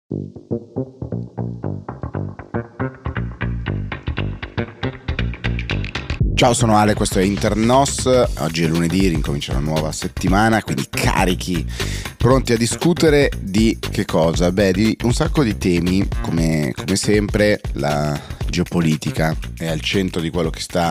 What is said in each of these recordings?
Ciao, sono Ale, questo è Internos. Oggi è lunedì, ricomincia una nuova settimana, quindi carichi, pronti a discutere di che cosa? Beh, di un sacco di temi, come sempre la geopolitica è al centro di quello che sta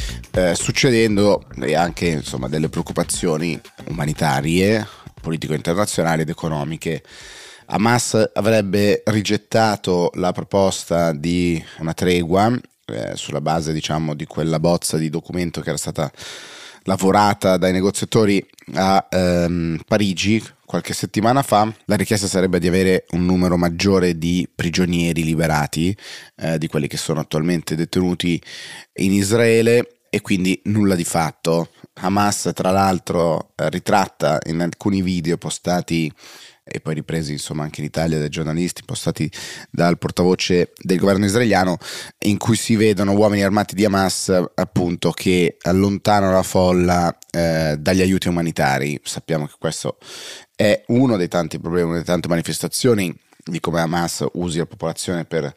succedendo, e anche insomma delle preoccupazioni umanitarie, politico internazionali ed economiche. Hamas avrebbe rigettato la proposta di una tregua sulla base, diciamo, di quella bozza di documento che era stata lavorata dai negoziatori a Parigi qualche settimana fa. La richiesta sarebbe di avere un numero maggiore di prigionieri liberati di quelli che sono attualmente detenuti in Israele, e quindi nulla di fatto. Hamas, tra l'altro, ritratta in alcuni video postati e poi ripresi insomma anche in Italia dai giornalisti, postati dal portavoce del governo israeliano, in cui si vedono uomini armati di Hamas appunto che allontanano la folla dagli aiuti umanitari. Sappiamo che questo è uno dei tanti problemi, una delle tante manifestazioni di come Hamas usi la popolazione per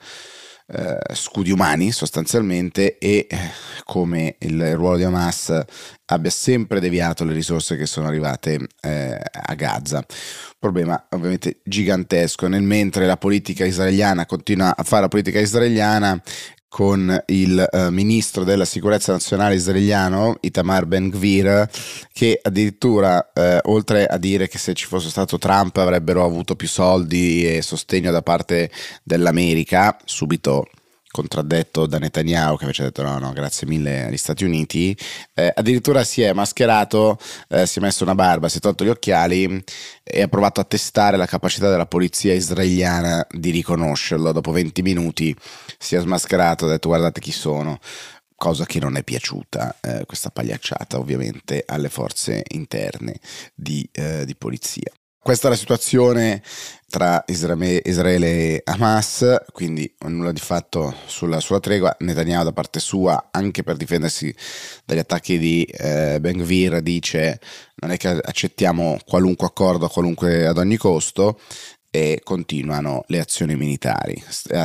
scudi umani sostanzialmente, e come il ruolo di Hamas abbia sempre deviato le risorse che sono arrivate a Gaza. Problema ovviamente gigantesco. Nel mentre la politica israeliana continua a fare la politica israeliana, con il ministro della sicurezza nazionale israeliano Itamar Ben-Gvir, che addirittura oltre a dire che se ci fosse stato Trump avrebbero avuto più soldi e sostegno da parte dell'America, subito contraddetto da Netanyahu, che invece ha detto no, grazie mille agli Stati Uniti, addirittura si è mascherato, si è messo una barba, si è tolto gli occhiali e ha provato a testare la capacità della polizia israeliana di riconoscerlo. Dopo 20 minuti si è smascherato, ha detto guardate chi sono, cosa che non è piaciuta, questa pagliacciata ovviamente, alle forze interne di polizia. Questa è la situazione tra Israele e Hamas, quindi nulla di fatto sulla tregua. Netanyahu da parte sua, anche per difendersi dagli attacchi di Ben-Gvir, dice non è che accettiamo qualunque accordo ad ogni costo, e continuano le azioni militari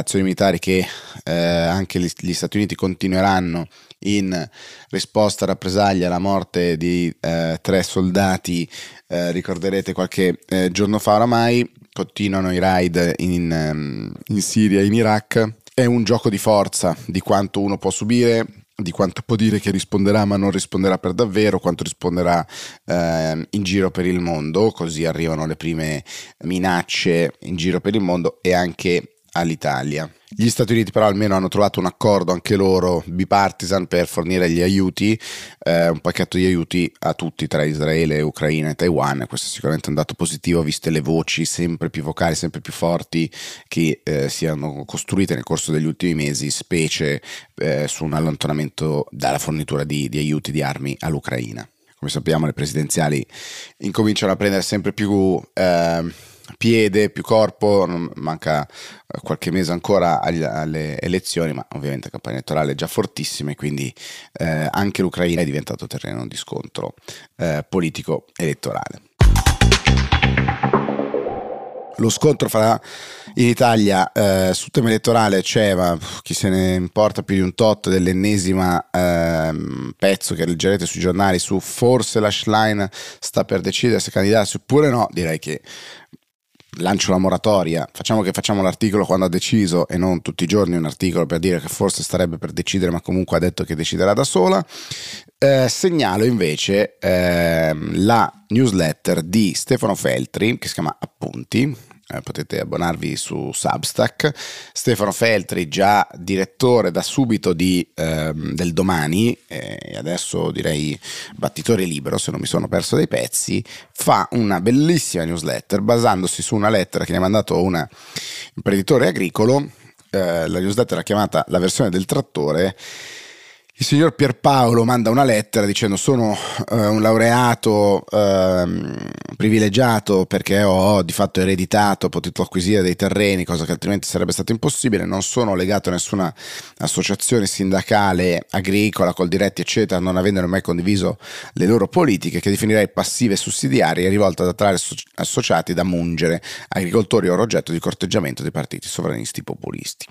che anche gli Stati Uniti continueranno in risposta a rappresaglia alla morte di 3 soldati. Ricorderete qualche giorno fa oramai continuano i raid in Siria e in Iraq. È un gioco di forza di quanto uno può subire, di quanto può dire che risponderà ma non risponderà per davvero, quanto risponderà in giro per il mondo. Così arrivano le prime minacce in giro per il mondo e anche all'Italia. Gli Stati Uniti però almeno hanno trovato un accordo anche loro bipartisan per fornire gli aiuti, un pacchetto di aiuti a tutti tra Israele, Ucraina e Taiwan. Questo è sicuramente un dato positivo, viste le voci sempre più vocali, sempre più forti che si erano costruite nel corso degli ultimi mesi, specie su un allontanamento dalla fornitura di aiuti, di armi all'Ucraina. Come sappiamo, le presidenziali incominciano a prendere sempre più piede, più corpo. Manca qualche mese ancora alle elezioni, ma ovviamente la campagna elettorale è già fortissima, e quindi anche l'Ucraina è diventato terreno di scontro politico elettorale. Lo scontro in Italia sul tema elettorale c'è, ma chi se ne importa più di un tot dell'ennesima pezzo che leggerete sui giornali su forse la Schlein sta per decidere se candidarsi oppure no. Direi che lancio la moratoria, facciamo l'articolo quando ha deciso e non tutti i giorni un articolo per dire che forse starebbe per decidere, ma comunque ha detto che deciderà da sola. Segnalo invece la newsletter di Stefano Feltri che si chiama Appunti. Potete abbonarvi su Substack. Stefano Feltri, già direttore da subito del Domani, e adesso direi battitore libero se non mi sono perso dei pezzi, fa una bellissima newsletter basandosi su una lettera che gli ha mandato un imprenditore agricolo. La newsletter è chiamata La versione del trattore. Il signor Pierpaolo manda una lettera dicendo: sono un laureato privilegiato perché ho di fatto ereditato, ho potuto acquisire dei terreni, cosa che altrimenti sarebbe stato impossibile, non sono legato a nessuna associazione sindacale agricola, Coldiretti eccetera, non avendone mai condiviso le loro politiche, che definirei passive e sussidiarie, rivolte ad attrarre associati da mungere, agricoltori ora oggetto di corteggiamento dei partiti sovranisti populisti.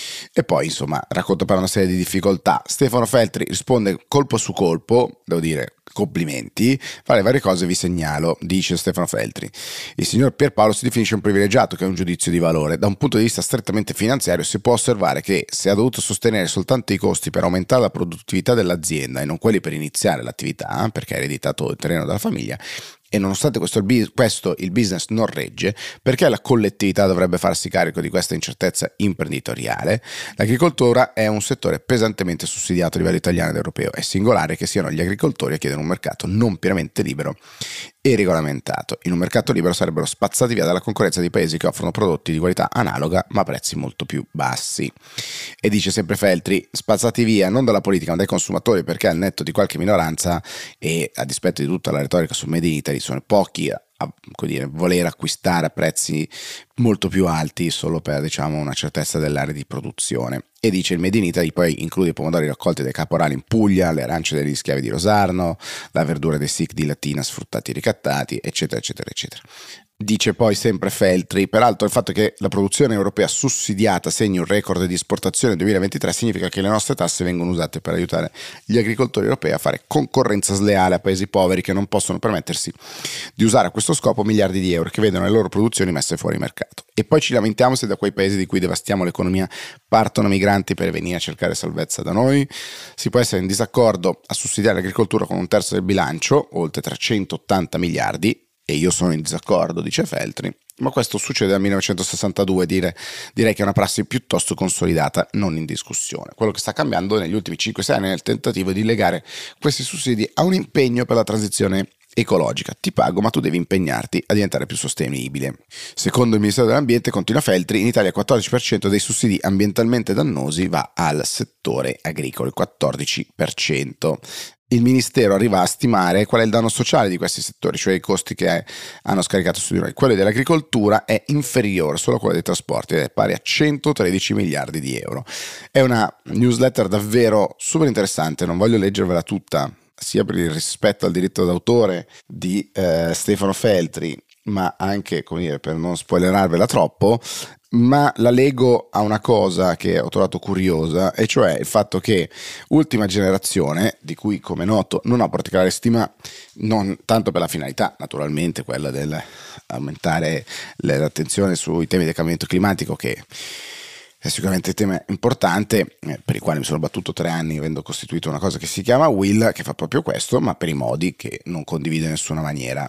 E poi insomma racconta per una serie di difficoltà. Stefano Feltri risponde colpo su colpo, devo dire complimenti, fa le varie cose vi segnalo, dice Stefano Feltri. Il signor Pierpaolo si definisce un privilegiato, che è un giudizio di valore. Da un punto di vista strettamente finanziario si può osservare che se ha dovuto sostenere soltanto i costi per aumentare la produttività dell'azienda e non quelli per iniziare l'attività, perché ha ereditato il terreno dalla famiglia, e nonostante questo il business non regge, perché la collettività dovrebbe farsi carico di questa incertezza imprenditoriale? L'agricoltura è un settore pesantemente sussidiato a livello italiano ed europeo. È singolare che siano gli agricoltori a chiedere un mercato non pienamente libero e regolamentato. In un mercato libero sarebbero spazzati via dalla concorrenza di paesi che offrono prodotti di qualità analoga ma a prezzi molto più bassi. E dice sempre Feltri, spazzati via non dalla politica ma dai consumatori, perché al netto di qualche minoranza e a dispetto di tutta la retorica su Made in Italy sono pochi a voler acquistare a prezzi molto più alti solo per, diciamo, una certezza dell'area di produzione. E dice il Made in Italy poi include i pomodori raccolti dai caporali in Puglia, le arance degli schiavi di Rosarno, la verdura dei SIC di Latina sfruttati e ricattati, eccetera eccetera eccetera. Dice poi sempre Feltri, peraltro il fatto che la produzione europea sussidiata segni un record di esportazione nel 2023 significa che le nostre tasse vengono usate per aiutare gli agricoltori europei a fare concorrenza sleale a paesi poveri che non possono permettersi di usare a questo scopo miliardi di euro, che vedono le loro produzioni messe fuori mercato. E poi ci lamentiamo se da quei paesi di cui devastiamo l'economia partono migranti per venire a cercare salvezza da noi. Si può essere in disaccordo a sussidiare l'agricoltura con un terzo del bilancio, oltre 380 miliardi, e io sono in disaccordo, dice Feltri, ma questo succede dal 1962, direi che è una prassi piuttosto consolidata, non in discussione. Quello che sta cambiando negli ultimi 5-6 anni è il tentativo di legare questi sussidi a un impegno per la transizione ecologica. Ti pago, ma tu devi impegnarti a diventare più sostenibile. Secondo il Ministero dell'Ambiente, continua Feltri, in Italia il 14% dei sussidi ambientalmente dannosi va al settore agricolo, il 14%. Il Ministero arriva a stimare qual è il danno sociale di questi settori, cioè i costi che hanno scaricato su di noi. Quello dell'agricoltura è inferiore solo a quello dei trasporti ed è pari a 113 miliardi di euro. È una newsletter davvero super interessante, non voglio leggervela tutta, sia per il rispetto al diritto d'autore di Stefano Feltri, ma anche, come dire, per non spoilerarvela troppo, ma la lego a una cosa che ho trovato curiosa, e cioè il fatto che Ultima Generazione, di cui come noto non ho particolare stima, non tanto per la finalità, naturalmente quella del aumentare l'attenzione sui temi del cambiamento climatico, che è sicuramente un tema importante, per il quale mi sono battuto 3 anni avendo costituito una cosa che si chiama Will, che fa proprio questo, ma per i modi che non condivido in nessuna maniera.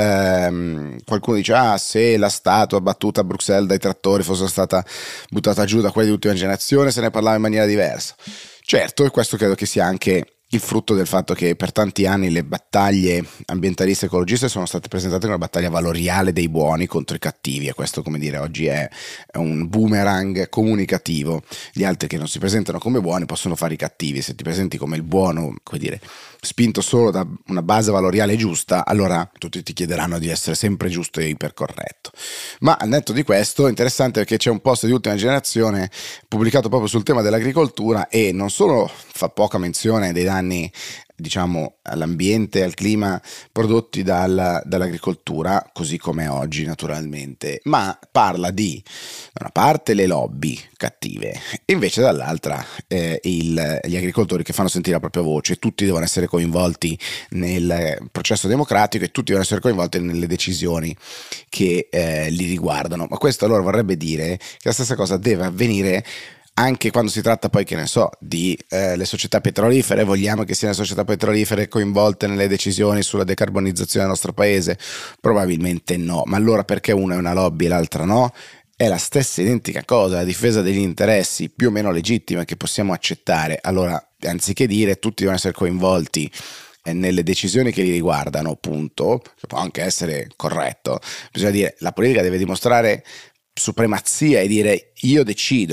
Qualcuno dice: se la statua battuta a Bruxelles dai trattori fosse stata buttata giù da quelli di Ultima Generazione se ne parlava in maniera diversa. Certo, e questo credo che sia anche il frutto del fatto che per tanti anni le battaglie ambientaliste e ecologiste sono state presentate come una battaglia valoriale dei buoni contro i cattivi, e questo, come dire, oggi è un boomerang comunicativo. Gli altri che non si presentano come buoni possono fare i cattivi. Se ti presenti come il buono, come dire, spinto solo da una base valoriale giusta, allora tutti ti chiederanno di essere sempre giusto e ipercorretto. Ma al netto di questo è interessante perché c'è un post di Ultima Generazione pubblicato proprio sul tema dell'agricoltura, e non solo fa poca menzione dei danni, diciamo, all'ambiente e al clima prodotti dall'agricoltura, così come oggi naturalmente, ma parla di, da una parte, le lobby cattive e invece dall'altra gli agricoltori che fanno sentire la propria voce. Tutti devono essere coinvolti nel processo democratico e tutti devono essere coinvolti nelle decisioni che li riguardano, ma questo allora vorrebbe dire che la stessa cosa deve avvenire anche quando si tratta poi, che ne so, di le società petrolifere. Vogliamo che siano le società petrolifere coinvolte nelle decisioni sulla decarbonizzazione del nostro paese? Probabilmente no, ma allora perché una è una lobby e l'altra no? È la stessa identica cosa, la difesa degli interessi più o meno legittima che possiamo accettare. Allora, anziché dire tutti devono essere coinvolti nelle decisioni che li riguardano, punto, che può anche essere corretto, bisogna dire la politica deve dimostrare supremazia e dire: io decido,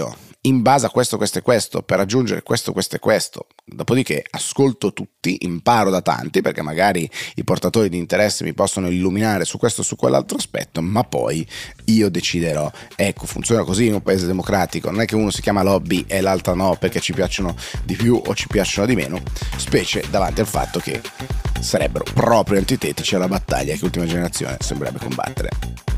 in base a questo e questo, per raggiungere questo e questo. Dopodiché ascolto tutti, imparo da tanti, perché magari i portatori di interesse mi possono illuminare su questo o su quell'altro aspetto, ma poi io deciderò. Ecco, funziona così in un paese democratico, non è che uno si chiama lobby e l'altra no perché ci piacciono di più o ci piacciono di meno, specie davanti al fatto che sarebbero proprio antitetici alla battaglia che Ultima Generazione sembrerebbe combattere.